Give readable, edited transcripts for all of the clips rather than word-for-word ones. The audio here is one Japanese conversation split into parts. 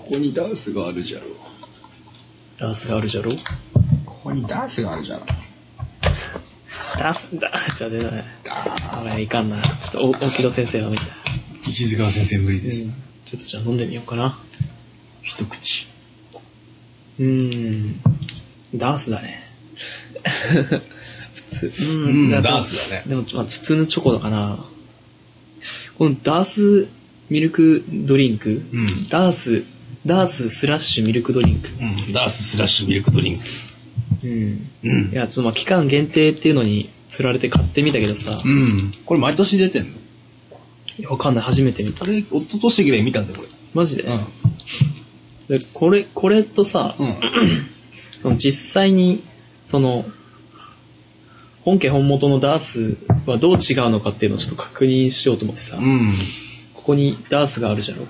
ここにダースがあるじゃろ。 ダースがあるじゃろ。 ここにダースがあるじゃろ。 ダースじゃ出ない。あれいかんな。ちょっと大木戸先生は無理だ。 石塚先生無理です。 ちょっとじゃあ飲んでみようかな。 一口。 ダースだね。普通。 ダースだね。 でも、まあ、普通のチョコだかな。このダースミルクドリンク、ダーススラッシュミルクドリンク。 ダーススラッシュミルクドリンク。 いや、ちょっとまあ期間限定っていうのに釣られて買ってみたけどさ。 これ毎年出てんの？ いや、わかんない。初めて見た。 あれ、一昨年ぐらい見たんだよ、これ。 マジで？で、これとさ、実際に、本家本元のダースはどう違うのかっていうのをちょっと確認しようと思ってさ、ここにダースがあるじゃろ。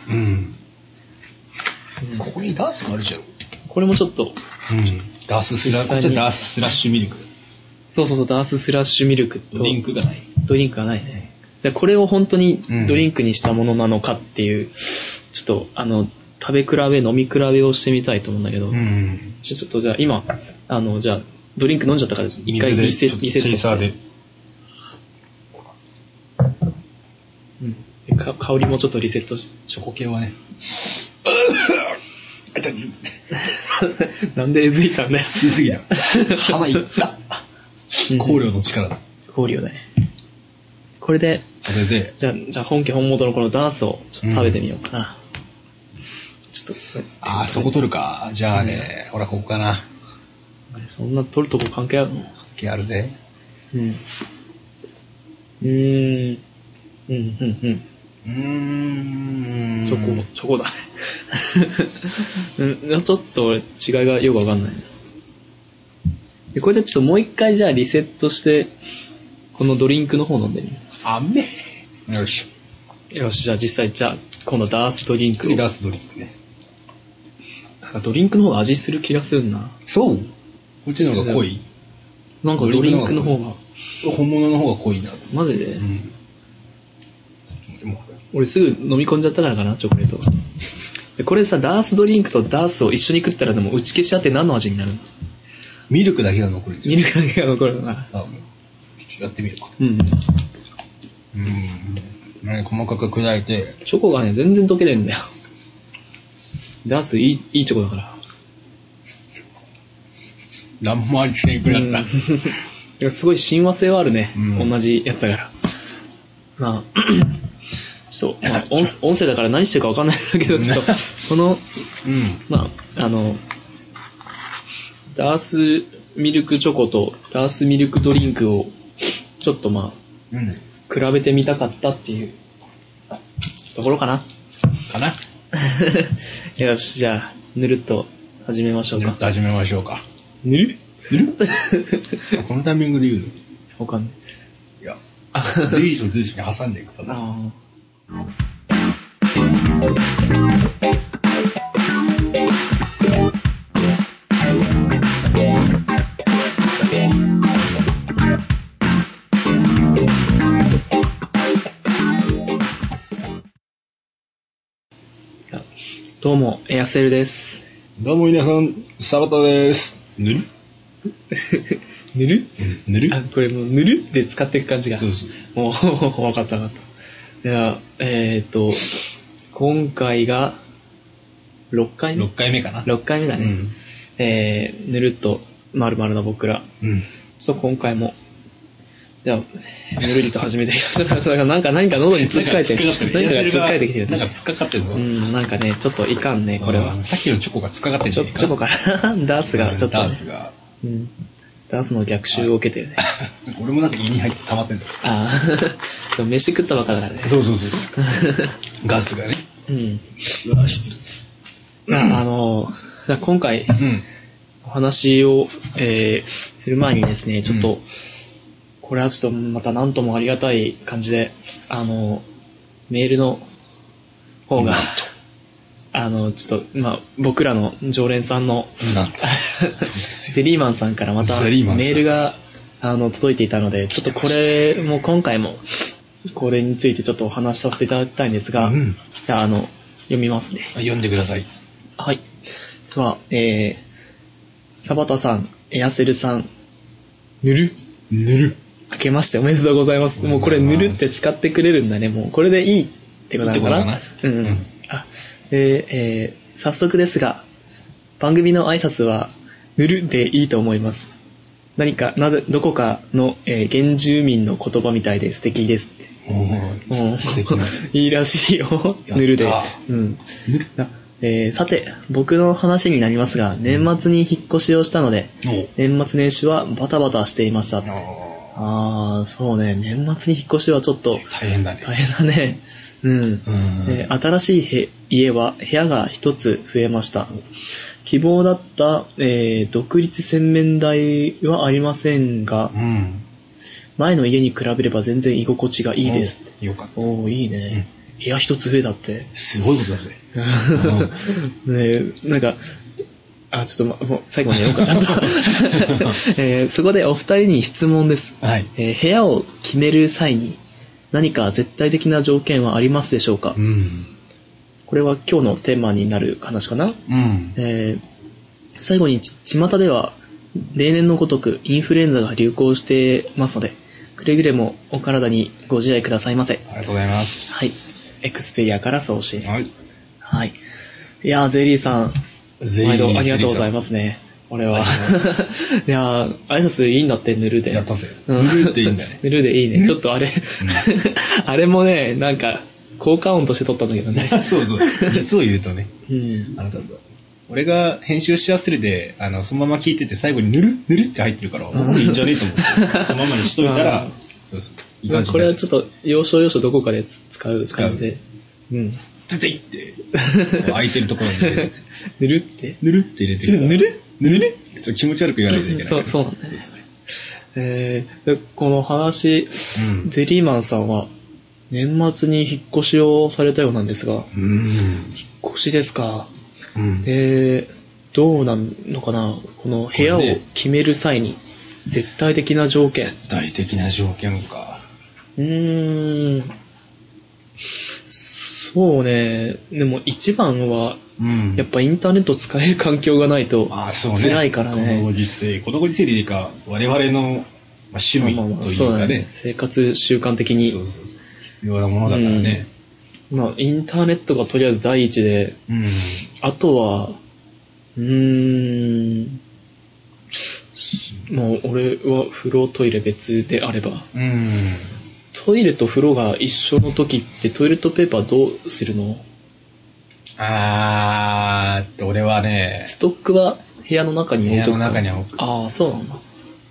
ここにダースがあるじゃろ。 これもちょっと、 ダーススラッシュ、こっちはダーススラッシュミルク。 そう、ダーススラッシュミルクとドリンクがない。 ドリンクがないね。でこれを本当にドリンクにしたものなのかっていう、ちょっと食べ比べ、飲み比べをしてみたいと思うんだけど、ちょっとじゃあ今、じゃあドリンク飲んじゃったから一回リセットして。 チェイサーで。 香りもちょっとリセットして。 チョコ系はね。 なんでえずいたんだよ。 吸いすぎだ。鼻いった。香料の力だ。 香料だね。これで、じゃあ本家本元のこのダースをちょっと食べてみようかな。ちょっと。 そこ取るか。じゃあね、ほらここかな。 そんな取るとこ関係あるの？関係あるぜ。 チョコだね。ちょっと俺違いがよくわかんない。これでちょっともう一回じゃあリセットして、このドリンクの方飲んでみる。 よし。 よし、じゃあ実際、このダースドリンクを。 ダースドリンクね。 なんかドリンクの方が味する気がするな。 そう？こっちの方が濃い？ なんかドリンクの方が。 本物の方が濃いな。 マジで？俺すぐ飲み込んじゃったからかな、チョコレートが。これさ、ダースドリンクとダースを一緒に食ったらでも打ち消し合って何の味になるの？ ミルクだけが残る。 ミルクだけが残るのかな。 やってみようか。細かく砕いて。 チョコがね、全然溶けないんだよ。ダースいいチョコだから。 何も味しないくなった。 すごい親和性はあるね。同じやつだから。まあ、ちょっと、音声だから何してるか分かんないんだけど、ちょっと、この、ダースミルクチョコとダースミルクドリンクを、ちょっと比べてみたかったっていうところかな。よし、じゃあ、ぬるっと始めましょうか。ぬるこのタイミングで言うの？ わかんない。 いや、随所に挟んでいくかな。 どうも、エアセルです。 どうも皆さん、サバタです。ぬるぬる？ ぬる？ これもうぬるって使っていく感じが。 そう。 もう、わかった。では、今回が、6回目？ 6回目かな。 6回目だね。ぬるっと、丸々の僕ら。今回も、じゃあ、ぬるりと始めていきましょう。なんか喉につっかえてる。何かがつっかえてきてる。 なんかつっかかってるぞ。 なんかね、ちょっといかんね、これは。 さっきのチョコがつっかかってるんじゃないか。 チョコからダースがちょっと、 ダースが。 ダースの逆襲を受けてるね。 俺もなんか胃に入って溜まってんだ。 そう、飯食ったばっかだからね。 そう。ガスがね。うわ、失礼。 今回、お話を、する前にですね、ちょっと、これはちょっとまた何ともありがたい感じで、メールの方が、ちょっと、僕らの常連さんの、ゼリーマンさんからまたメールが、届いていたので、ちょっとこれも今回も、これについてちょっとお話しさせていただきたいんですが、読みますね。 読んでください。 はい。では、サバタさん、エアセルさん、ぬる明けましておめでとうございます。もうこれぬるって使ってくれるんだね。もうこれでいいってことなのかな。早速ですが、番組の挨拶はぬるでいいと思います。何かどこかの、原住民の言葉みたいで素敵です。 素敵な。 いいらしいよ。ぬるで。さて、僕の話になりますが、年末に引っ越しをしたので、年末年始はバタバタしていました。そうね、年末に引っ越しはちょっと大変だね。新しい家は部屋が一つ増えました。希望だった、独立洗面台はありませんが、前の家に比べれば全然居心地がいいです。 よかった。 いいね。部屋一つ増えたって。 すごいことだぜ。 なんか、ちょっと、もう最後までやろうか、ちゃんと。そこでお二人に質問です。 はい。 部屋を決める際に何か絶対的な条件はありますでしょうか？これは今日のテーマになる話かな。最後に巷では例年のごとくインフルエンザが流行してますので、くれぐれもお体にご自愛くださいませ。 ありがとうございます。 はい。エクスペリアから送信。 はい。 はい。いやー、ゼリーさん、毎度ありがとうございますね。俺は。いやー、挨拶いいんだって、ぬるで。 やったぜ。ぬるっていいんだね。 ぬるでいいね。ちょっとあれ、あれもね、なんか、効果音として撮ったんだけどね。 そう。実を言うとね。俺が編集し忘れて、そのまま聞いてて最後にぬるって入ってるから、いいんじゃねえと思って、そのままにしといたら、いい感じ。 これはちょっと、要所どこかで使う感じで。 つていって、空いてるところに入れて。 ぬるって入れてる。ぬるちょっと気持ち悪く言わないといけない。 そうなんだね。この話、ゼリーマンさんは、年末に引っ越しをされたようなんですが、引っ越しですか。どうなんのかな、この部屋を決める際に絶対的な条件。 絶対的な条件か。 そうね。でも一番は、やっぱインターネット使える環境がないと辛いからね。 このご時世でいいか、我々の趣味というかね。 生活習慣的に。 必要なものだからね。 インターネットがとりあえず第一で、あとは、もう俺は風呂トイレ別であれば、トイレと風呂が一緒の時ってトイレットペーパーどうするの？ 俺はね、 ストックは部屋の中に置いとくか。 部屋の中に置く。 そうなんだ。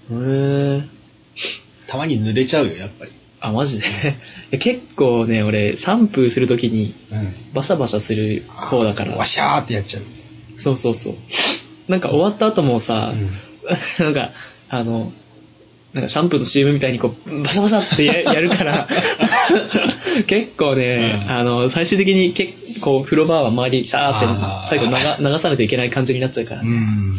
たまに濡れちゃうよ、やっぱり。 マジで結構ね、俺、シャンプーするときに、バシャバシャする方だから。 ワシャーってやっちゃう。 そう。なんか終わった後もさ、なんかシャンプーの CM みたいにこう、バシャバシャってやるから、結構ね、最終的に結構風呂場は周りシャーって最後流さないといけない感じになっちゃうからね。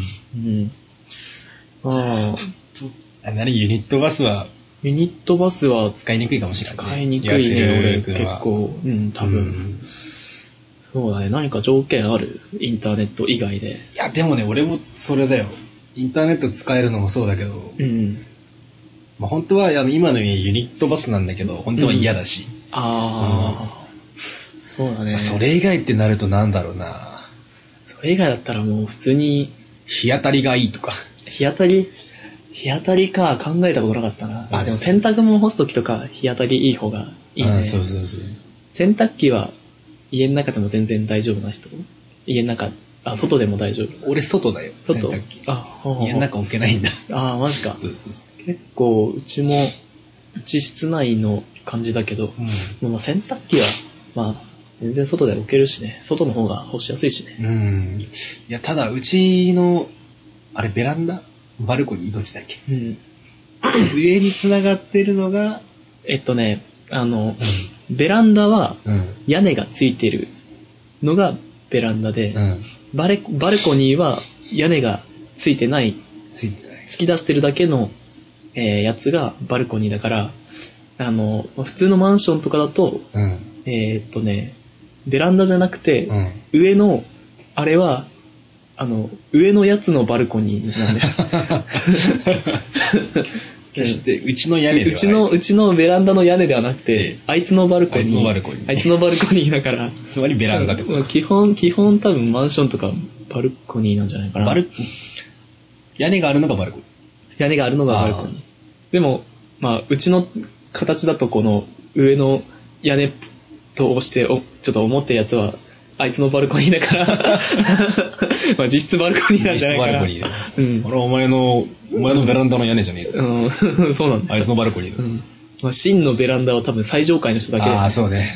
ユニットバスは使いにくいかもしれない。 使いにくいね、俺結構、多分。そうだね、何か条件ある？インターネット以外で。 いや、でもね、俺もそれだよ。インターネット使えるのもそうだけど、本当は今のユニットバスなんだけど、本当は嫌だし。 そうだね。 それ以外ってなるとなんだろうな。 それ以外だったらもう普通に日当たりがいいとか。 日当たりか、考えたことなかったな。でも洗濯物干すときとか日当たりいい方がいいね。 そう。 洗濯機は家の中でも全然大丈夫な人？家の中、外でも大丈夫？ 俺外だよ、洗濯機。家の中置けないんだ。 マジか。 そう。 結構、うち室内の感じだけど、洗濯機は、全然外で置けるしね。外の方が干しやすいしね。 いや、ただ、うちの、ベランダ？バルコニーどっちだっけ？上に繋がってるのが、 ベランダは屋根がついてるのがベランダで、バルコニーは屋根がついてない、突き出してるだけの、やつがバルコニーだから、普通のマンションとかだと、ベランダじゃなくて、上のあれは、上のやつのバルコニーなんだよ。 決して、うちの屋根ではない。 うちのベランダの屋根ではなくて、あいつのバルコニー。あいつのバルコニーだから。 つまりベランダってこと。 基本多分マンションとかバルコニーなんじゃないかな。 屋根があるのがバルコニー。 屋根があるのがバルコニー。でも、まあ、うちの形だとこの上の屋根として、ちょっと思ってるやつは、あいつのバルコニーだから、まあ実質バルコニーなんじゃないかな。 実質バルコニーだ。俺はお前のベランダの屋根じゃねえぞ。 そうなんだ。 あいつのバルコニーだ。 まあ真のベランダは多分最上階の人だけ。 ああ、そうね。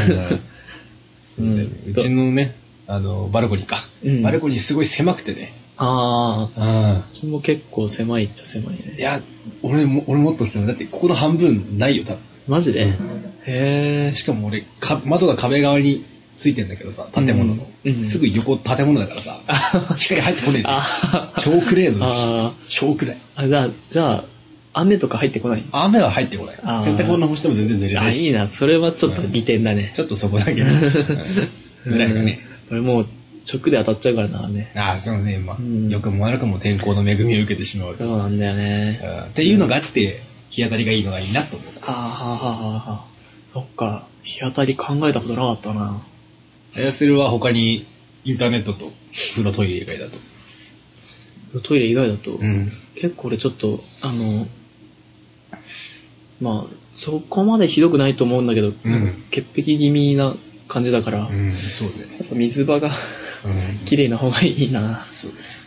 うちのね、バルコニーか。バルコニーすごい狭くてね。 ああ。うちも結構狭いっちゃ狭いね。 いや、俺もっと狭い。だってここの半分ないよ、多分。 マジで？へえ。 しかも俺、窓が壁側についてんだけどさ、建物の。すぐ横建物だからさ、光入ってこねえんだよ。超暗いのに。超暗い。 じゃあ、雨とか入ってこない？ 雨は入ってこない。洗濯物干しても全然寝れないし。 いいな。それはちょっと利点だね。 ちょっとそこだけど。ぐらいがね。 俺もう、直で当たっちゃうからなね。 ああ、そうね。まあ、よくも悪くも天候の恵みを受けてしまう。 そうなんだよね。 っていうのがあって、日当たりがいいのがいいなと思う。 そっか。日当たり考えたことなかったな。 それは他にインターネットと風呂トイレ以外だと。風呂トイレ以外だと、結構俺ちょっと、まあ、そこまでひどくないと思うんだけど、潔癖気味な感じだから、 そうね。 やっぱ水場が綺麗な方がいいな。 そう。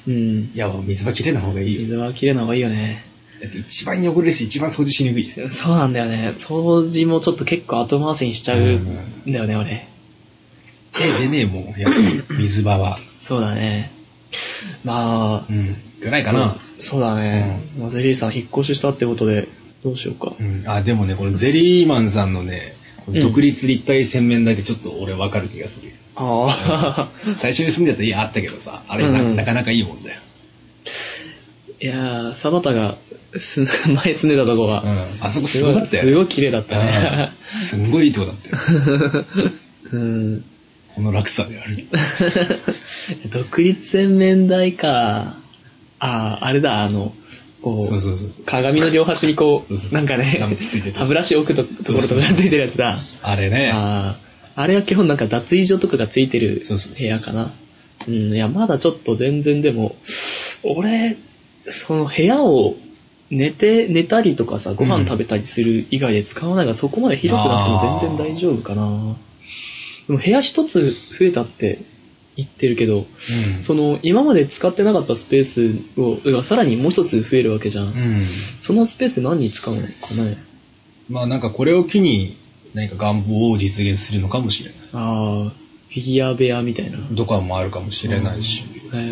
いや、水場綺麗な方がいいよ。 水場綺麗な方がいいよね。 だって一番汚れるし、一番掃除しにくい。 そうなんだよね。掃除もちょっと結構後回しにしちゃうんだよね、俺。 手出ねえもん、やっぱ水場は。 そうだね。まあ、 ぐらいかな。 そうだね。ゼリーさん引っ越ししたってことで、どうしようか。 でもね、このゼリーマンさんのね、独立立体洗面台でちょっと俺分かる気がする。最初に住んでた家あったけどさ、あれなかなかいいもんだよ。 いやー、サバタが前住んでたとこは、 あそこすごかったよ。 すごい綺麗だったね。 すんごいいいとこだったよ。この落差である。 独立洗面台か。あれだ、こう、鏡の両端にこう、なんかね、歯ブラシ置くところとかがついてるやつだ。 あれね。 あれは基本なんか脱衣所とかがついてる部屋かな。いや、まだちょっと全然でも、俺、その部屋を寝たりとかさ、ご飯食べたりする以外で使わないから、そこまで広くなっても全然大丈夫かな。でも部屋一つ増えたって言ってるけど、その今まで使ってなかったスペースをさらにもう一つ増えるわけじゃん。そのスペース何に使うのかね。 まあなんかこれを機に何か願望を実現するのかもしれない。 フィギュア部屋みたいな。 とかもあるかもしれないし。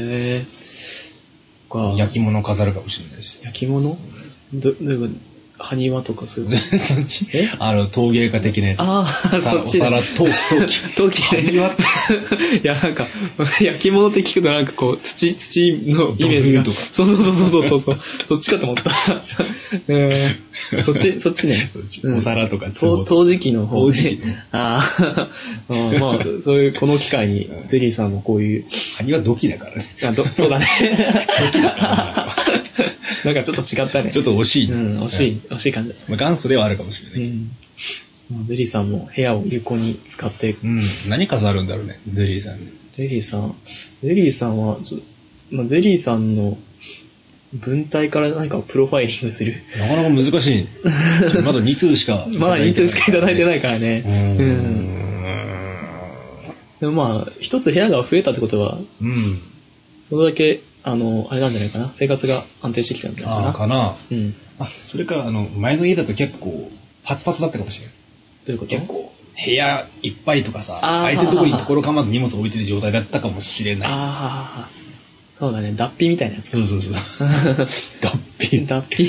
焼き物飾るかもしれないし。 焼き物？どういうこと？埴輪とかそういう。 そっち？陶芸家的なやつ。 そっち。 お皿、陶器。 埴輪って。いや、なんか、焼き物って聞くとなんかこう、土のイメージが。そう。そっちかと思った。そっちね。 お皿とか。 陶磁器の方。陶磁器。まあ、そういう、この機会に、ゼリーさんもこういう。 埴輪土器だからね。 そうだね。土器だから。なんかちょっと違ったね。 ちょっと惜しい。 惜しい感じ。 元祖ではあるかもしれない。 ゼリーさんも部屋を有効に使って。 何飾るんだろうね、ゼリーさんに。 ゼリーさんは、ゼリーさんの文体から何かプロファイリングする。 なかなか難しい。まだ2通しか。 いただいてないからね。でもまあ、一つ部屋が増えたってことは、それだけ、あれなんじゃないかな。生活が安定してきたんじゃないかな。それか、 前の家だと結構、パツパツだったかもしれない。 どういうこと？ 結構、部屋いっぱいとかさ、空いてるところに所構わず荷物置いてる状態だったかもしれない。 そうだね、脱皮みたいなやつ。 そう。脱皮。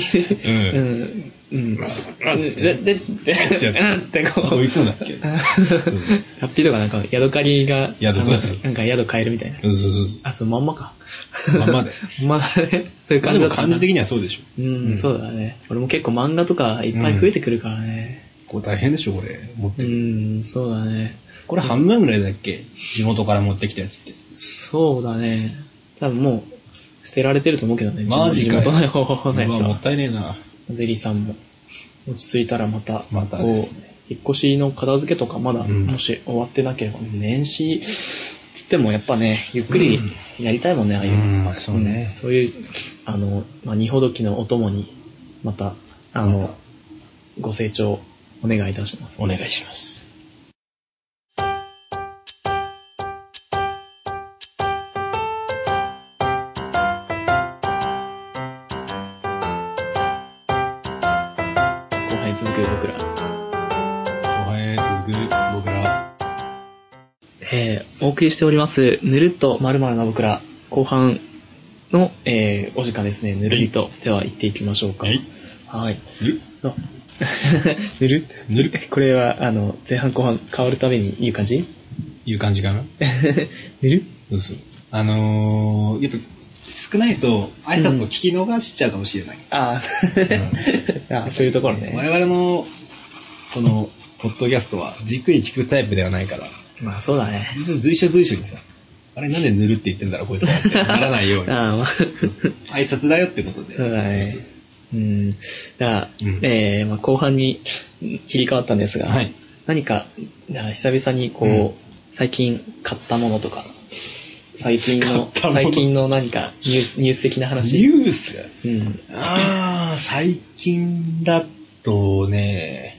ってこう。 いつもだっけ？ 脱皮とかなんか、ヤドカリが、なんか宿変えるみたいな。 そう。 まんまか。 まんまで。 そういう感じだった。 感じ的にはそうでしょ。 そうだね。俺も結構漫画とかいっぱい増えてくるからね。 これ大変でしょ、これ。持ってる。 そうだね。 これ半分ぐらいだっけ？地元から持ってきたやつって。 そうだね。多分もう捨てられてると思うけどね。 マジかよ。 地元の方のやつは。 もったいねえな。 ゼリーさんも落ち着いたらまたですね。 引っ越しの片付けとかまだ、もし終わってなければ、年始つってもやっぱね、ゆっくりやりたいもんね、ああいう。 そうね。 そういう、二ほどきのお供に、また、ご清聴お願いいたします。 お願いします。 後輩続く僕ら。お送りしております、ぬるっと〇〇な僕ら、後半の、お時間ですね。ぬるりと。では行っていきましょうか。はい。ぬるこれは、前半後半変わるために言う感じかなぬるどうするやっぱ少ないと挨拶を聞き逃しちゃうかもしれない。 ああ、そういうところね。 我々の、この、ポッドキャストはじっくり聞くタイプではないから。 まあそうだね。 随所にさ、あれなんで塗るって言ってんだろうこいつはってならないように。挨拶だよってことで。 そうだね。だから、後半に切り替わったんですが、何か、久々に最近買ったものとか、最近の何かニュース的な話。 ニュース最近だとね、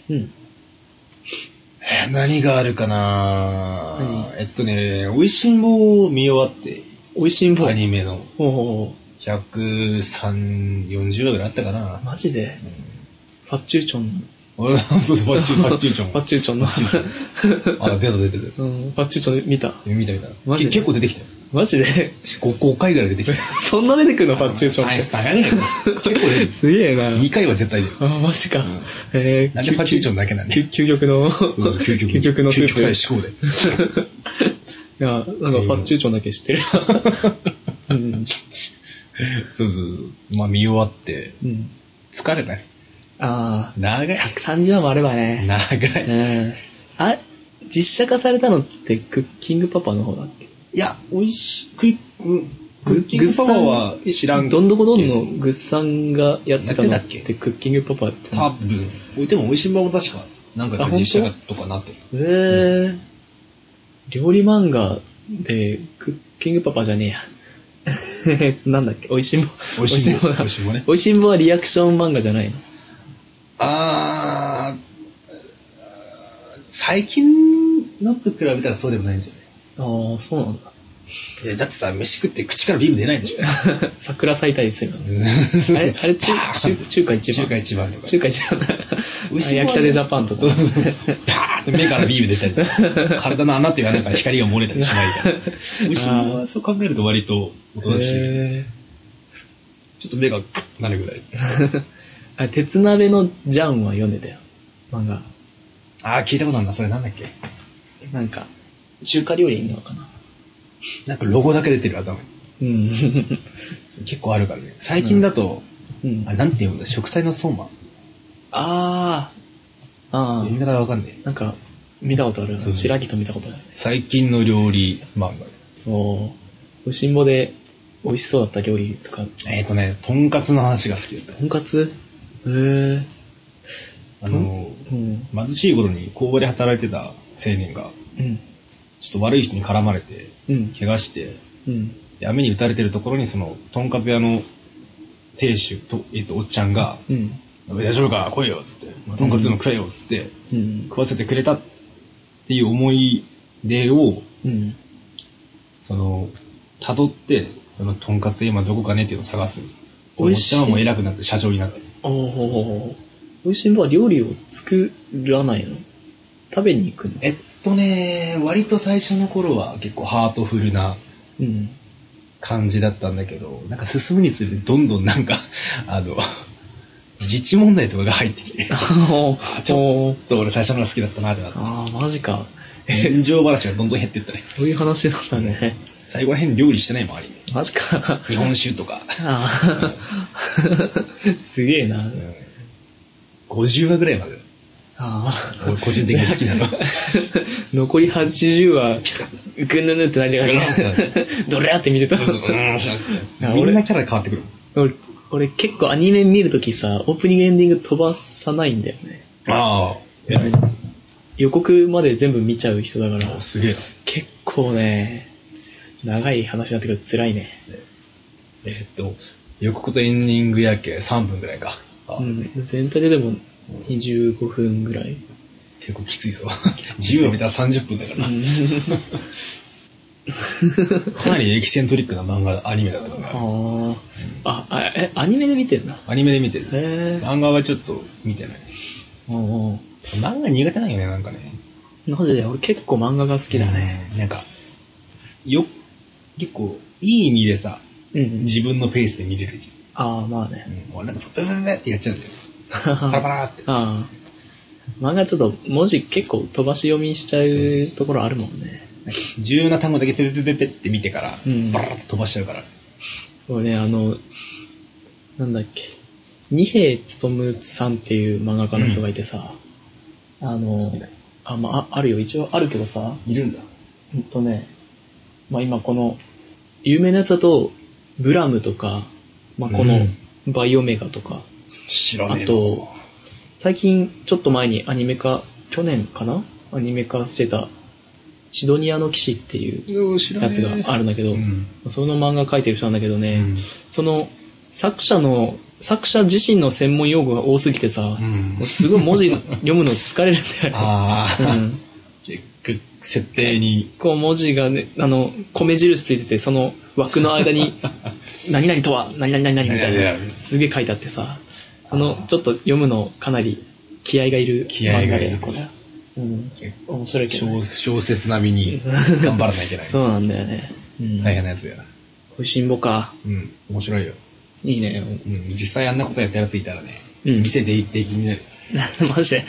何があるかな。おいしんぼを見終わって。 おいしんぼアニメの。130、40話ぐらいあったかな。 マジで、ファッチューチョン。 そう、ファッチューチョン。 ファッチューチョンの。 出てる。 ファッチューチョン見た。 マジで結構出てきたよ。 マジで 5回ぐらい出てきた。 そんな出てくるのファッチューチョンって。 下がねえよ。結構出てる。 すげえな。 2回は絶対出る。 マジか。 なんでファッチューチョンだけなんで。 究極のスープ。 最高で。 いや、なんかファッチューチョンだけ知ってる。 まあ見終わって、疲れない。長い。 130話もあればね。 長い。 あれ実写化されたのってクッキングパパの方だっけ？ いや、クッキングパパは知らんけど。 どんどこどんのグッさんがやってたのってクッキングパパって多分。でもおいしんぼも確か、なんか実写化とかなってる。料理漫画でクッキングパパじゃねえや。なんだっけ？おいしんぼ。 おいしんぼね。 おいしんぼはリアクション漫画じゃないの？ 最近のと比べたらそうでもないんじゃない？ そうなんだ。 だってさ、飯食って口からビーム出ないんでしょ？ 桜咲いたりするの。あれ中華一番。 中華一番とか。 中華一番。焼きたてジャパンとか。 パーって目からビーム出たりとか。体の穴っていうかなんか光が漏れたりしないから。美味しいのはそう考えると割とおとなしい。ちょっと目がクッとなるぐらい。 鉄鍋のジャンは読んでたよ。漫画。 聞いたことあるな。それなんだっけ？ なんか、中華料理なのかな。 なんかロゴだけ出てる頭に。結構あるからね。最近だと、なんて読むんだ？食材の相馬。読み方がわかんねえ。 なんか、見たことある。ちらりと見たことある。 最近の料理漫画。 おしんぼで美味しそうだった料理とか。 とんかつの話が好きだった。 とんかつ？ 貧しい頃に工場で働いてた青年が、ちょっと悪い人に絡まれて、怪我して、雨に打たれてるところにその、とんかつ屋の亭主と、おっちゃんが、大丈夫か来いよっつって、とんかつでも食えよっつって、食わせてくれたっていう思い出を、辿って、そのとんかつ屋今どこかねっていうのを探す。おっちゃんはもう偉くなって社長になってる。 おいしんぼは料理を作らないの？食べに行くの？ 割と最初の頃は結構ハートフルな感じだったんだけど、なんか進むにつれてどんどんなんか、自治問題とかが入ってきて、ちょっと俺最初のが好きだったなってなって。 マジか。 炎上話がどんどん減ってったね。 そういう話なんだね。 最後ら辺料理してないもんあり。 マジか。 日本酒とか。 すげえな。 50話ぐらいまで。 俺個人的に好きなの。 残り80話、ぐんぬぬってなりながら、どれやって見ると。 みんなキャラ変わってくる。 俺結構アニメ見るときさ、オープニングエンディング飛ばさないんだよね。予告まで全部見ちゃう人だから、 すげえな。 結構ね、長い話になってくると辛いね。 予告とエンディングやけ3分ぐらいか。 全体ででも25分ぐらい。 結構きついぞ。10話見たら30分だからな。かなりエキセントリックな漫画、アニメだったから。 アニメで見てるな。 アニメで見てる。漫画はちょっと見てない。漫画苦手なんよね、なんかね。 マジで俺結構漫画が好きだね。 なんか、結構、いい意味でさ、自分のペースで見れるじゃん。まあね。 俺なんかってやっちゃうんだよ。パラパラって。 漫画ちょっと文字結構飛ばし読みしちゃうところあるもんね。 重要な単語だけペペペペペって見てから、バラッと飛ばしちゃうから。 俺ね、なんだっけ、二瓶勉さんっていう漫画家の人がいてさ、あるよ、一応あるけどさ、 いるんだ。 今この、有名なやつだと、ブラムとか、この、バイオメガとか、 知らねえな。 あと、最近ちょっと前にアニメ化、去年かなアニメ化してた、シドニアの騎士っていうやつがあるんだけど、その漫画描いてる人なんだけどね、その作者自身の専門用語が多すぎてさ、すごい文字読むの疲れるんだよね。 設定に。 こう文字がね、米印ついてて、その枠の間に、何々とは、何々何々みたいな、すげえ書いてあってさ、ちょっと読むのかなり気合がいる漫画で、これ。面白いけど、ね。 小説並みに頑張らないといけない。 そうなんだよね。 大変なやつやな。 美味しんぼか。 面白いよ。 いいね。 実際あんなことやったやついたらね、店で行って気になる。 マジで。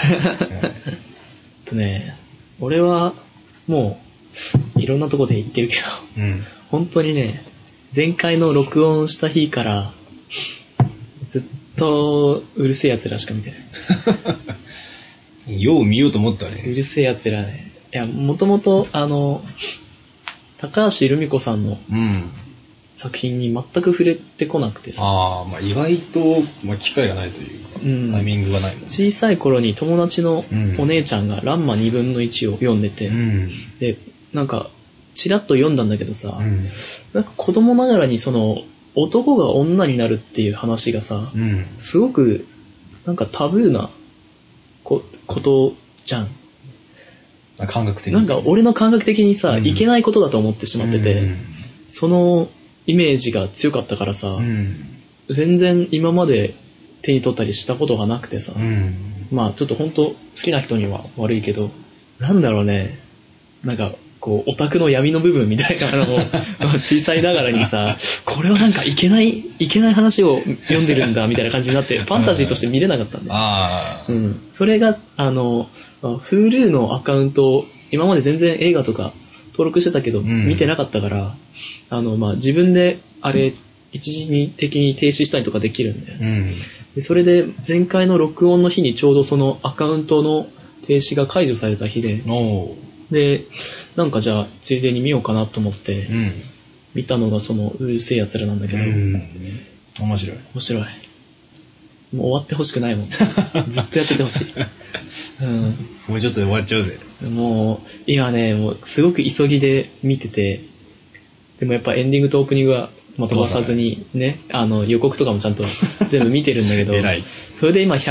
俺はもういろんなとこで言ってるけど、本当にね、前回の録音した日からずっとうるせえ奴らしか見てない。 よう見ようと思ったね。 うるせえ奴らね。いや、もともと高橋留美子さんの作品に全く触れてこなくてさ。 意外と、機会がないというか、タイミングがないもん。 小さい頃に友達のお姉ちゃんがランマ2分の1を読んでて、で、なんか、ちらっと読んだんだけどさ、なんか子供ながらにその、男が女になるっていう話がさ、すごく、なんかタブーなことじゃん。 感覚的に。 なんか俺の感覚的にさ、いけないことだと思ってしまってて、そのイメージが強かったからさ、全然今まで手に取ったりしたことがなくてさ、ちょっと本当好きな人には悪いけど、なんだろうね、なんかこうオタクの闇の部分みたいなのを小さいながらにさ、これはなんかいけない話を読んでるんだみたいな感じになって、ファンタジーとして見れなかったんだよ。それがHulu のアカウントを今まで全然映画とか登録してたけど、見てなかったから、自分であれ一時的に停止したりとかできるんだよ。でそれで前回の録音の日にちょうどそのアカウントの停止が解除された日で、でなんかじゃあついでに見ようかなと思って、見たのがそのうるせえやつらなんだけど、 面白い。 もう終わってほしくないもん。ずっとやっててほしい。 もうちょっとで終わっちゃうぜ。 もう今ね、もうすごく急ぎで見てて、でもやっぱエンディングとオープニングは飛ばさずにね、予告とかもちゃんと全部見てるんだけど、それで今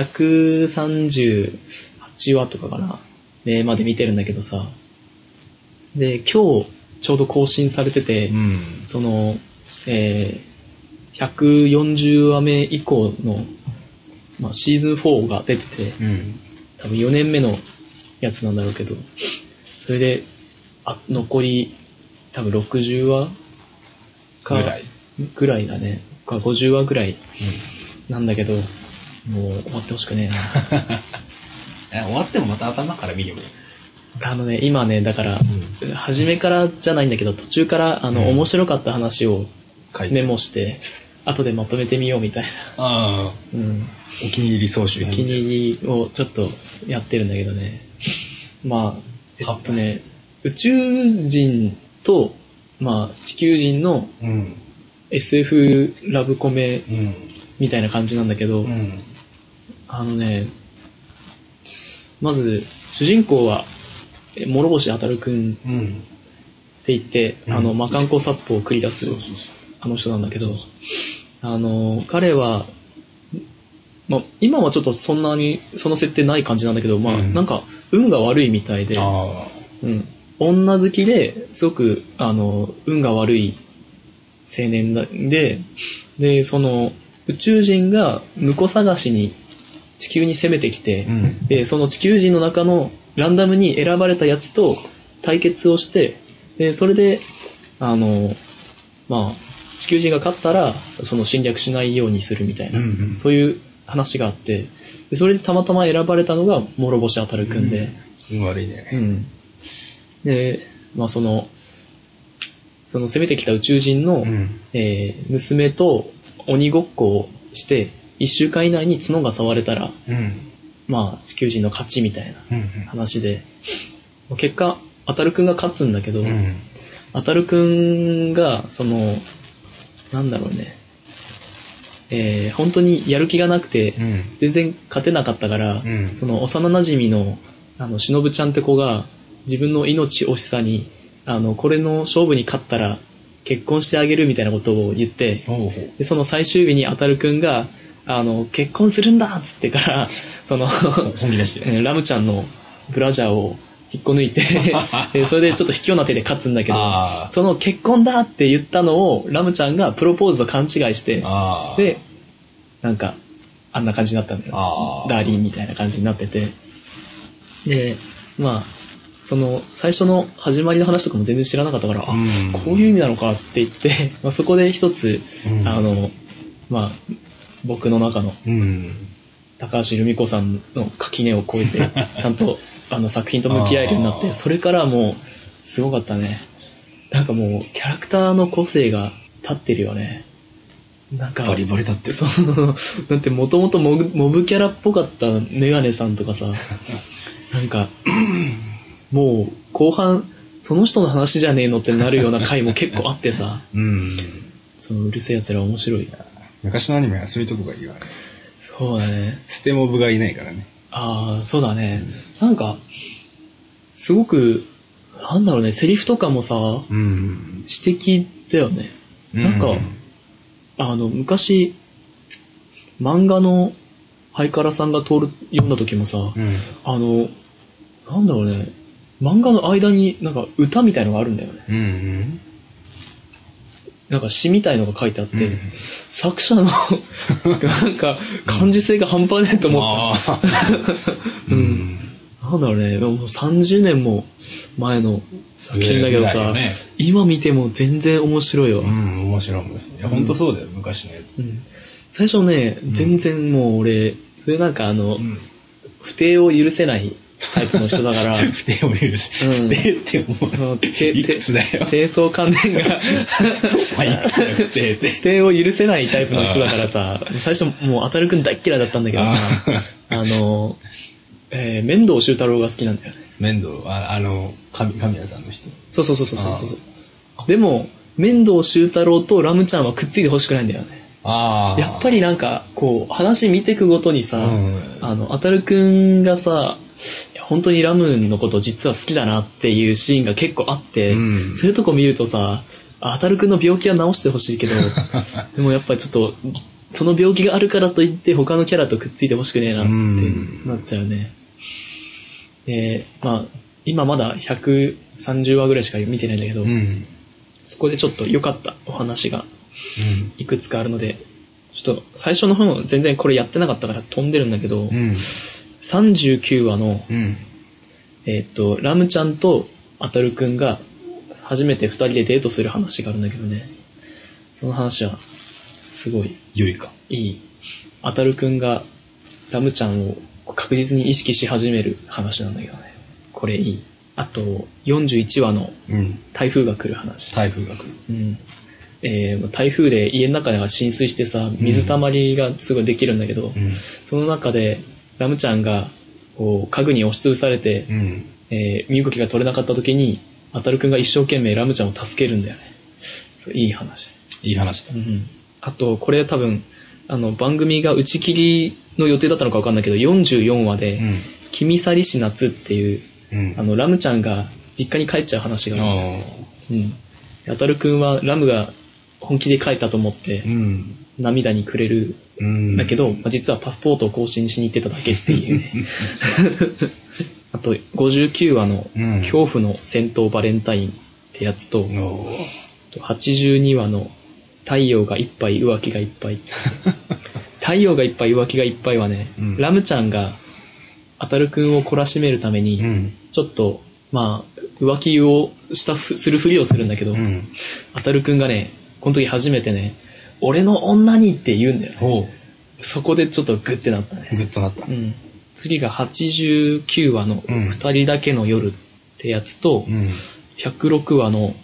138話とかかな、まで見てるんだけどさ、で今日ちょうど更新されてて、その、140話目以降の、シーズン4が出てて、多分4年目のやつなんだろうけど、それで残り多分60話ぐらいだね、か50話ぐらいなんだけど、もう終わってほしくねえな。終わってもまた頭から見るよ。 今ね、だから、初めからじゃないんだけど、途中から面白かった話をメモして、後でまとめてみようみたいな。 お気に入り総集編。 お気に入りをちょっとやってるんだけどね。まあ、宇宙人と、まあ、地球人の SF ラブコメみたいな感じなんだけど、まず、主人公は、諸星あたるくんって言って、魔漢光殺法を繰り出す、あの人なんだけど、彼は、まあ、今はちょっとそんなにその設定ない感じなんだけど、まあ、なんか、運が悪いみたいで、女好きですごく、運が悪い青年で、その、宇宙人が婿探しに地球に攻めてきて、で、その地球人の中のランダムに選ばれたやつと対決をして、で、それで、まあ、地球人が勝ったら、その侵略しないようにするみたいな、そういう話があって、でそれでたまたま選ばれたのが諸星あたるくんで、 悪いね。 で、まあその攻めてきた宇宙人の、娘と鬼ごっこをして、1週間以内に角が触れたら、まあ地球人の勝ちみたいな話で、結果、あたるくんが勝つんだけど、あたるくんが、なんだろうね、本当にやる気がなくて、全然勝てなかったから、その幼馴染の、しのぶちゃんって子が、自分の命惜しさに、これの勝負に勝ったら、結婚してあげるみたいなことを言って、でその最終日にあたるくんが、結婚するんだっつってから、 本気出してラムちゃんのブラジャーを引っこ抜いてそれでちょっと卑怯な手で勝つんだけど、その結婚だって言ったのをラムちゃんがプロポーズと勘違いして、で、なんか、あんな感じになったんだよ。ダーリンみたいな感じになってて。で、まあ、最初の始まりの話とかも全然知らなかったから、こういう意味なのかって言って、まあ、そこで一つ、まあ、僕の中の、高橋留美子さんの垣根を越えて、ちゃんと作品と向き合えるようになって、それからもう、すごかったね。なんかもう、キャラクターの個性が立ってるよね。なんか、 バリバリ立ってる。 だってもともとモブキャラっぽかったメガネさんとかさ、なんか、もう後半、その人の話じゃねえのってなるような回も結構あってさ、そのうるせえ奴ら面白い。 昔のアニメはそういうとこがいいわね。 そうだね。 捨てモブがいないからね。 ああ、そうだね。なんか、すごく、なんだろうね、セリフとかもさ、詩的だよね。なんか、昔、漫画のハイカラさんが読んだ時もさ、なんだろうね、漫画の間になんか歌みたいのがあるんだよね。なんか詩みたいのが書いてあって、作者のなんか感受性が半端ねえと思った。なんだろうね、もう30年も前の作品だけどさ、今見ても全然面白いわ。 面白い。いや、ほんとそうだよ、昔のやつ。 最初ね、全然もう俺、それなんか不定を許せないタイプの人だから。 不定を許せ。不定って思う。いくつだよ。 低層観念が不定を許せないタイプの人だからさ、最初もうあたるくん大っ嫌いだったんだけどさ、面倒修太郎が好きなんだよね。 面倒、神谷さんの人。 そう。でも、面倒修太郎とラムちゃんはくっついてほしくないんだよね。やっぱりなんか、こう、話見てくごとにさ、あたるくんがさ、本当にラムのこと実は好きだなっていうシーンが結構あって、そういうとこ見るとさ、あたるくんの病気は治してほしいけど、でもやっぱりちょっと、その病気があるからといって他のキャラとくっついてほしくねえなってなっちゃうね。まあ、今まだ130話ぐらいしか見てないんだけど、そこでちょっと良かったお話がいくつかあるので、ちょっと最初の方全然これやってなかったから飛んでるんだけど、39話の、ラムちゃんとあたるくんが初めて2人でデートする話があるんだけどね、その話はすごい良いかいい。あたるくんがラムちゃんを確実に意識し始める話なんだけどね、これいい。あと41話の台風が来る話。 台風が来る。 台風で家の中が浸水してさ、水たまりがすごいできるんだけど、その中でラムちゃんがこう家具に押しつぶされて、身動きが取れなかった時に、あたるくんが一生懸命ラムちゃんを助けるんだよね。そういい話。 いい話だ。 あと、これ多分、番組が打ち切りの予定だったのか分かんないけど、44話で、君去りし夏っていう、ラムちゃんが実家に帰っちゃう話がある。あたるくんはラムが本気で帰ったと思って、涙にくれるんだけど、実はパスポートを更新しに行ってただけっていうね。あと、59話の恐怖の戦闘バレンタインってやつと、82話の太陽がいっぱい浮気がいっぱい。太陽がいっぱい浮気がいっぱいはね、ラムちゃんがあたるくんを懲らしめるために、ちょっと、浮気をするふりをするんだけど、あたるくんがね、この時初めてね、俺の女にって言うんだよね。そこでちょっとグッてなったね。 グッとなった。 次が89話の二人だけの夜ってやつと、106話の、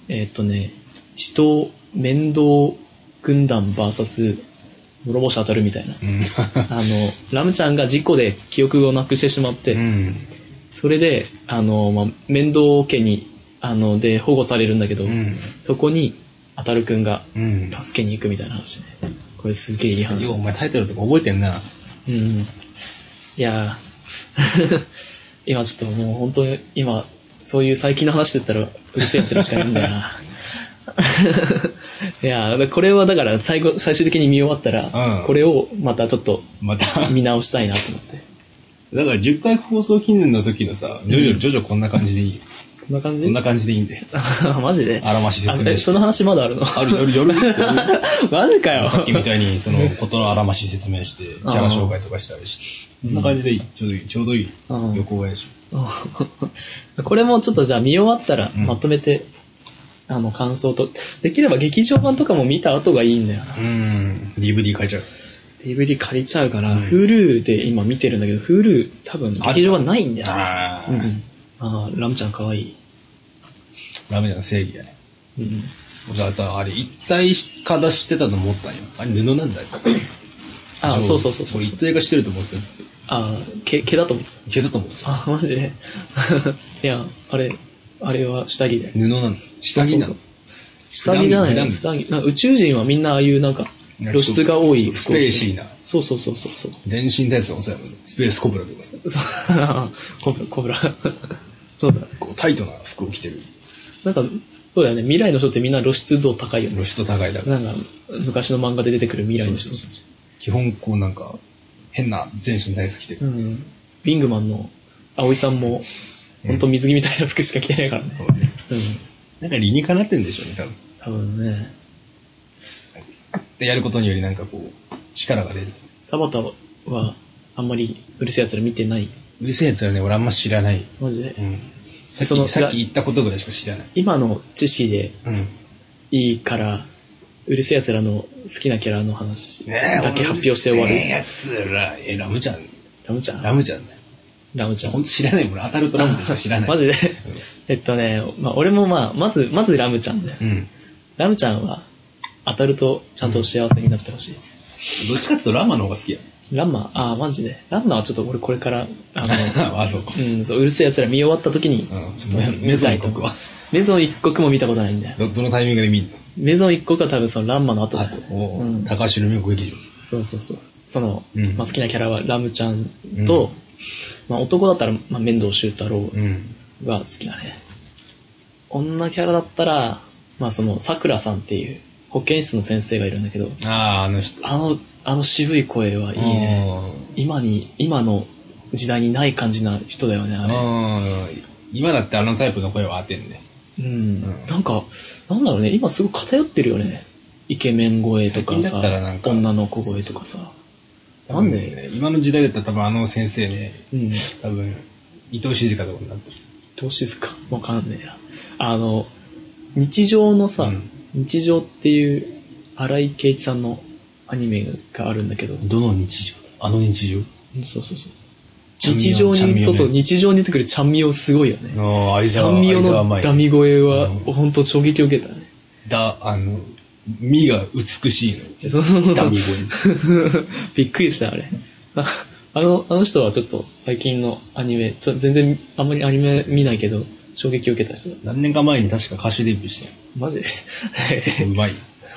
人面倒軍団 VS 諸星当たるみたいな。ラムちゃんが事故で記憶をなくしてしまって、それで、面倒家に、で保護されるんだけど、そこに当たるくんが助けに行くみたいな話ね。これすげえいい話。 お前タイトルとか覚えてんな。 いやー今ちょっともう本当に今そういう最近の話で言ったらうるせえやつらしかいないんだよな。いやこれはだから最終的に見終わったら、これをまたちょっと見直したいなと思って。 だから10回放送記念の時のさ、徐々こんな感じでいいよ。 こんな感じ？ そんな感じでいいんで。 マジで？ あらまし説明して。 その話まだあるの？ あるよ。 マジかよ。 さっきみたいにそのことのあらまし説明して、キャラ紹介とかしたりして。こんな感じでいい。ちょうどいい。横がいいでしょ。これもちょっとじゃあ見終わったらまとめて、感想と、できれば劇場版とかも見た後がいいんだよな。 DVD 借りちゃう。 DVD 借りちゃうから、Hulu で今見てるんだけど、Hulu 多分劇場版ないんだよ。ラムちゃん可愛い。 ラムちゃん正義やね。俺はさ、あれ一体化出してたと思ったんよ。あれ布なんだよ。 そう。 これ一体化してると思ってたんです。毛だと思ってた。 毛だと思ってた。 マジでいや、あれは下着で。 布なの？下着なの？ 下着じゃないの？下着。宇宙人はみんなああいうなんか、露出が多い。 スペーシーな。 そう。 全身タイツがお世話になる。スペースコブラとかさ。 コブラ。そうだ。 こうタイトな服を着てる。 なんか、そうだよね。未来の人ってみんな露出度高いよね。 露出度高いだから。 なんか、昔の漫画で出てくる未来の人。 基本こうなんか、変な全身タイツ着てる。 ビングマンの葵さんも、ほんと水着みたいな服しか着てないからね。 なんか理にかなってんでしょうね、 多分ね。 でやることによりなんかこう、力が出る。 サバタは、あんまりうるせえ奴ら見てない。 うるせえ奴らね、俺あんま知らない。 マジで。 さっき言ったことぐらいしか知らない。 今の知識で、いいから、うるせえ奴らの好きなキャラの話だけ発表して終わる。 うるせえ奴ら、ラムちゃん。 ラムちゃんだよ。 ラムちゃん。 ほんと知らないもん、当たるとラムちゃんしか知らない。 マジで俺もまずラムちゃんだよ。ラムちゃんは、当たるとちゃんと幸せになってほしい。 どっちかっていうとラマの方が好きや。 ランママジで。ランマはちょっと俺これから、 そう。 うるせえ奴ら見終わった時に、ちょっとメゾン一国は。 メゾン一国も見たことないんだよ。 どのタイミングで見んの？ メゾン一国は多分そのランマの後だと。 高橋留美子劇場。そう。その、好きなキャラはラムちゃんと、男だったら、面倒修太郎が好きだね。女キャラだったら、その、桜さんっていう保健室の先生がいるんだけど、 あの人。 あの渋い声はいいね。今の時代にない感じな人だよね、あれ。 今だってあのタイプの声は当てんね。 なんか、なんだろうね、今すごい偏ってるよね。イケメン声とかさ、女の子声とかさ。なんで、 今の時代だったら多分あの先生ね、多分、伊藤静香とかになってる。 伊藤静香わかんねえや。日常のさ、日常っていう荒井圭一さんのアニメがあるんだけど。 どの日常だ？あの日常？ そう。日常に出てくるちゃんみよすごいよね。ちゃんみよのダミ声は、ほんと衝撃を受けたね。 身が美しいの。ダミ声。 びっくりした、あれ。あの人はちょっと最近のアニメ、全然あんまりアニメ見ないけど、衝撃を受けた人だ。 何年か前に確か歌手デビューした。 マジでうまい。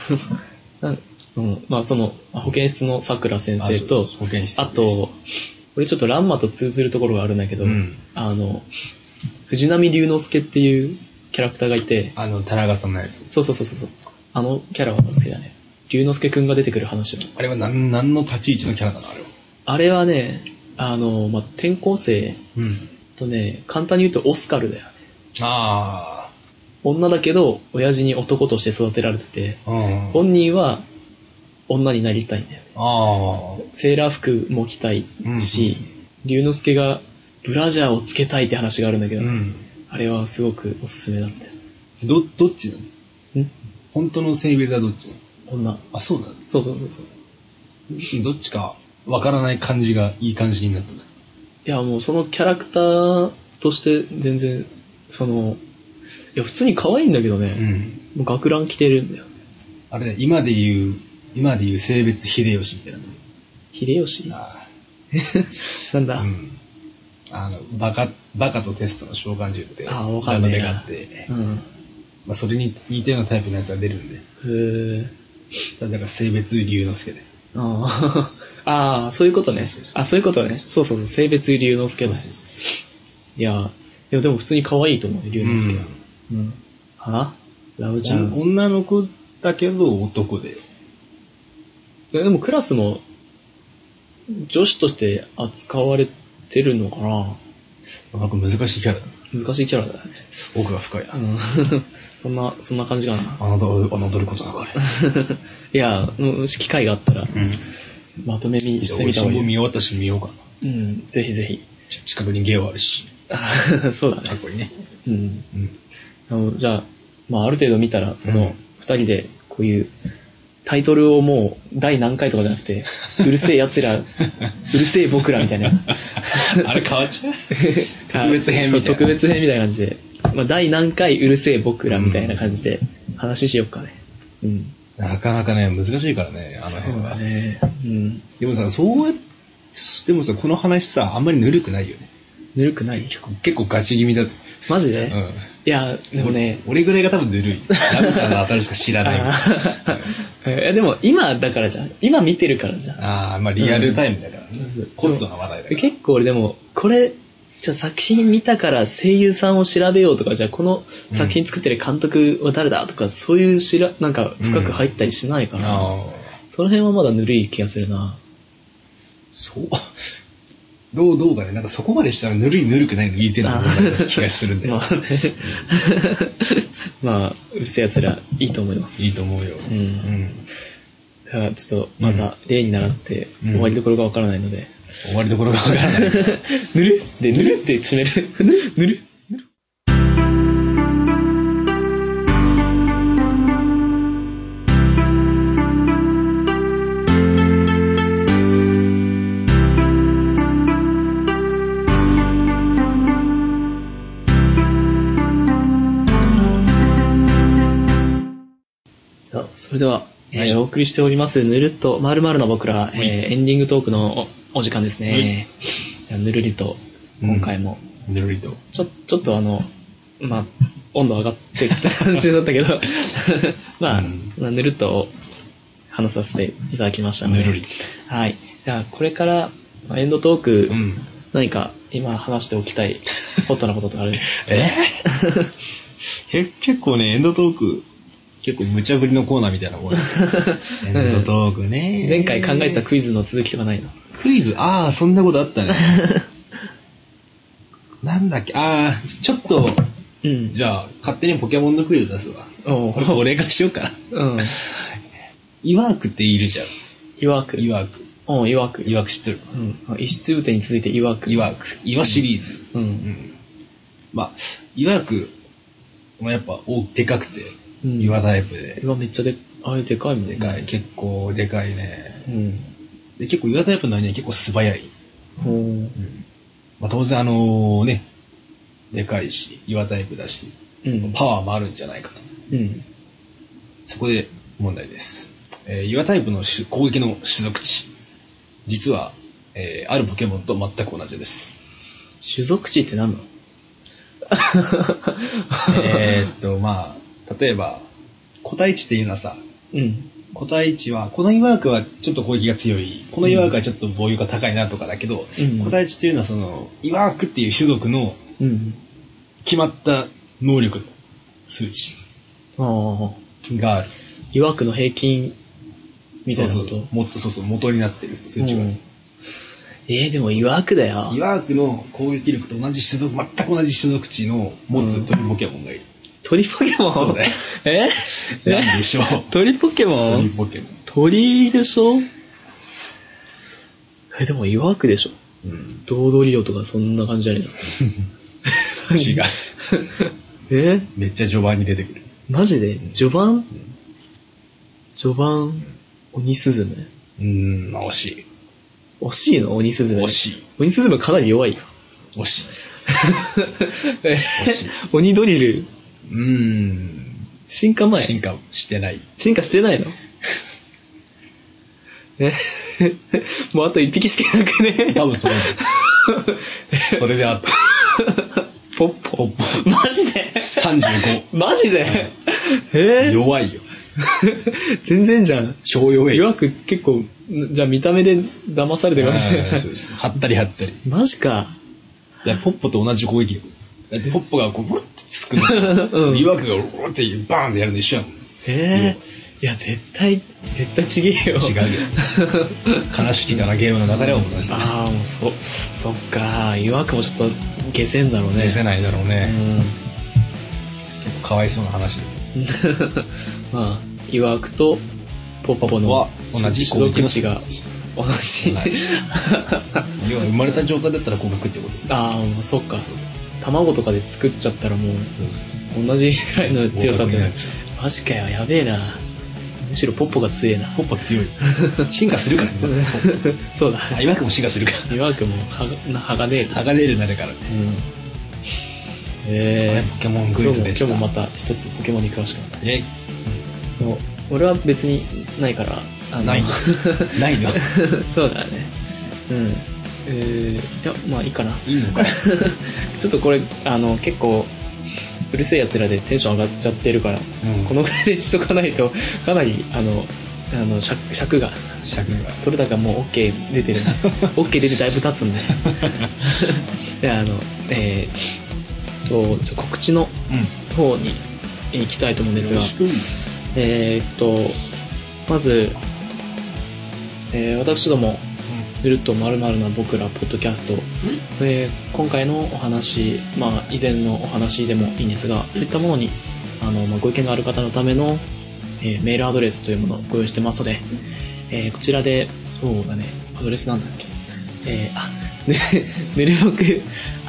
まあその、保健室の桜先生と、あと、これちょっとランマと通ずるところがあるんだけど、藤波龍之介っていうキャラクターがいて、 田中さんのやつ。 そう。あのキャラは好きだね。龍之介くんが出てくる話は。 あれは何の立ち位置のキャラなのあれは。 あれはね、転校生とね、簡単に言うとオスカルだよね。 ああ。 女だけど、親父に男として育てられてて、本人は女になりたいんだよ。セーラー服も着たいし、龍之介がブラジャーをつけたいって話があるんだけど、あれはすごくおすすめだったよ。 どっちなの？本当の性別はどっちなの？ 女。 あ、そうなの？ そう。 どっちかわからない感じがいい感じになったんだ。 いや、もうそのキャラクターとして全然、いや、普通に可愛いんだけどね、もう学ラン着てるんだよ。 あれね、今で言う性別秀吉みたいな。 秀吉？なんだ、 バカとテストの召喚獣って、 わかんないな。 があって、それに似たようなタイプのやつが出るんで。だから性別龍之介で。そういうことね。そういうことね。そう、性別龍之介だ。いや、でも普通に可愛いと思う、龍之介は。ラブちゃん。 女の子だけど男で。 でもクラスも女子として扱われてるのかな。 なんか難しいキャラだ。 難しいキャラだね。 奥が深いな。 そんな感じかな。 侮ることなかれ。 いや、もし機会があったら、まとめ見してみた方がいい。 見終わったし見ようかな。 ぜひぜひ。 近くにゲオあるし。 そうだね。 かっこいいね。 じゃあ、ある程度見たら、二人でこういうタイトルをもう第何回とかじゃなくて、うるせえ奴ら、うるせえ僕らみたいな。 あれ変わっちゃう特別編みたいな。 特別編みたいな感じで、第何回うるせえ僕らみたいな感じで話しよっかね。 なかなかね、難しいからね、あの辺は。 そうだね。 でもさ、この話さ、あんまりぬるくないよね。 ぬるくない？ 結構ガチ気味だぜ。 マジで？いや、でもね。 俺ぐらいが多分ぬるい。ラブちゃんの当たるしか知らない。 でも今だからじゃん。今見てるからじゃん。 リアルタイムだからね。コットな話題だから。 結構俺でも、これ、じゃあ作品見たから声優さんを調べようとか、じゃあこの作品作ってる監督は誰だとか、そういうなんか深く入ったりしないかな。その辺はまだぬるい気がするな。 そうどうかね、なんかそこまでしたらぬるくないの言いてるの気がするんだよ。 うるせえやつらいいと思います。 いいと思うよ。 じゃあちょっとまた例に倣って終わりどころがわからないので。 終わりどころがわからない。 ぬるって締める。ぬる。それでは、お送りしておりますぬるっとまるまるな僕ら、エンディングトークのお時間ですね。ぬるりと今回も、 ぬるりとちょっと温度上がってきた感じだったけどぬるっと話させていただきましたので、 ぬるり。 はい。じゃあこれからエンドトーク、何か今話しておきたいホットなこととある？ 結構ね、エンドトーク結構無茶ぶりのコーナーみたいなもん。エンドトークね。 前回考えたクイズの続きとかないの？ クイズ、そんなことあったね。なんだっけ、ちょっと、じゃあ、勝手にポケモンのクイズ出すわ。俺がしようかな。イワークっているじゃん。 イワーク。 イワーク知ってる？ 石つぶてに続いてイワーク。 イワシリーズ。イワーク、やっぱでかくて、岩タイプで。 めっちゃでかいもんね。 でかい、結構でかいね。で結構岩タイプの割には結構素早い。当然ね、でかいし、岩タイプだし、パワーもあるんじゃないかと。そこで、 問題です。岩タイプの攻撃の種族値。実は、あるポケモンと全く同じです。 種族値って何なのまあ、例えば、個体値っていうのはさ、 うん。 個体値は、この岩枠はちょっと攻撃が強い、この岩枠はちょっと防御が高いなとかだけど、 うん、 個体値っていうのはその、岩枠っていう種族の決まった能力の数値がある。 岩枠の平均みたいなこと？ そう、元になってる数値がある。 でも岩枠だよ。 岩枠の攻撃力と同じ種族、全く同じ種族値の持つ鳥ポケモンがいる。 鳥ポケモン？ そうだよ。なんでしょう。 鳥ポケモン？ 鳥ポケモン。 鳥でしょ？でも岩枠でしょ。 うん。 ドードリオとかそんな感じじゃねえの？違う。めっちゃ序盤に出てくる。 マジで？序盤？序盤、鬼スズメ？ 惜しい。 惜しいの？鬼スズメ。 惜しい。 鬼スズメかなり弱いよ。 惜しい。 鬼ドリル。進化前？ 進化してない。 進化してないの？もうあと一匹しかいなくね？ 多分それで。それであった。 ポッポ。マジで？ 35。 マジで？ 弱いよ。 全然じゃん。 超弱い。 弱く結構、じゃあ見た目で騙されてるかもしれない。 そうです。貼ったり。 マジか。 ポッポと同じ攻撃力。だってポッポがこう、ブルッてつくの。岩枠がブルッてバーンってやるの一緒やもん。 いや、絶対ちげえよ。 違うよ。悲しきだな、ゲームの中では同じ。 ああ、もうそっか。岩枠もちょっと消せんだろうね。 消せないだろうね。結構かわいそうな話。 まあ、岩枠とポッポの同じ種族値が同じ。 要は生まれた状態だったら互角ってこと。 ああ、そっか。卵とかで作っちゃったらもう同じぐらいの強さで。マジかよ、やべえな。むしろポッポが強えな。 ポッポ強い。進化するからね。 そうだ。 岩枠も進化するから。 岩枠もハガネール。 ハガネールになるからね。ポケモンクイズでした。 今日もまた一つポケモンに詳しくなった。俺は別にないから。 ないの？ そうだね。いや、まあいいかな。 いいのかい。 ちょっとこれ、結構、うるせえ奴らでテンション上がっちゃってるから、このぐらいでしとかないと、かなり、尺が、取れ高もう OK 出てる。OK 出てだいぶ経つんで。で、告知の方に行きたいと思うんですが、まず、私ども、ぬるっとまるまるな僕らポッドキャスト、今回のお話、以前のお話でもいいんですが、そういったものにご意見がある方のための、メールアドレスというものをご用意してますので、こちらで、そうだね、アドレスなんだっけ、ぬるぼく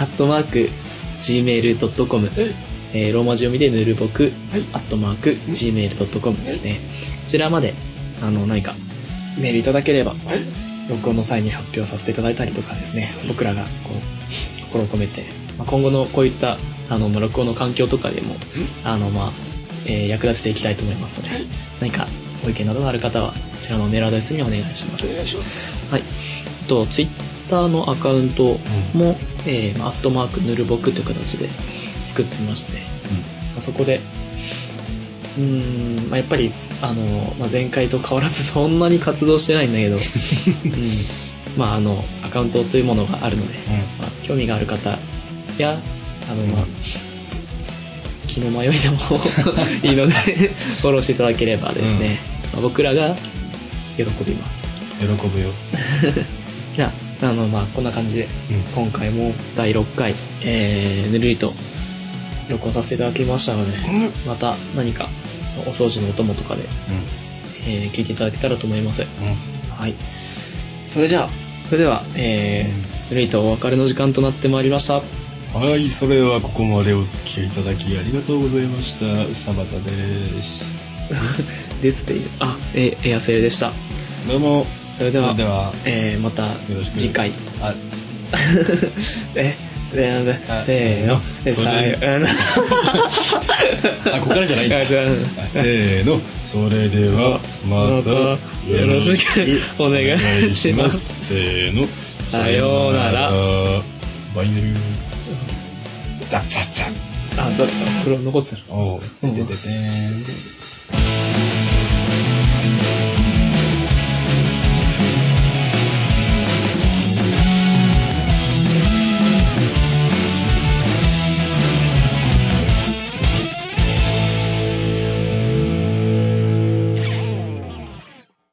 @gmail.com、ローマ字読みでぬるぼく@gmail.com ですね。こちらまで何かメールいただければ、録音の際に発表させていただいたりとかですね、僕らがこう心を込めて、今後のこういった録音の環境とかでも役立てていきたいと思いますので、何かご意見などがある方はこちらのメールアドレスにお願いします。 お願いします。 はい。ツイッターのアカウントも、@ぬるぼくという形で作ってまして、そこでやっぱり前回と変わらずそんなに活動してないんだけど、アカウントというものがあるので、興味がある方や気の迷いでもいいのでフォローしていただければですね、僕らが喜びます。 喜ぶよ。 じゃあこんな感じで、今回も第6回、ぬるりと録音させていただきましたので、また何かお掃除のお供とかで、聞いていただけたらと思います。はい。それでは、ぬるりとお別れの時間となってまいりました。 はい、それではここまでお付き合いいただきありがとうございました。うさばたです。 ですっていう。エアセルでした。 どうも。 それではまた次回。 せーの。 あ、ここからじゃないんだ。せーの。それでは、また、よろしくお願いします。せーの。 さようなら。 バイネル。ザッザッザッ。 あ、それは残ってた。 おう。ててててーん。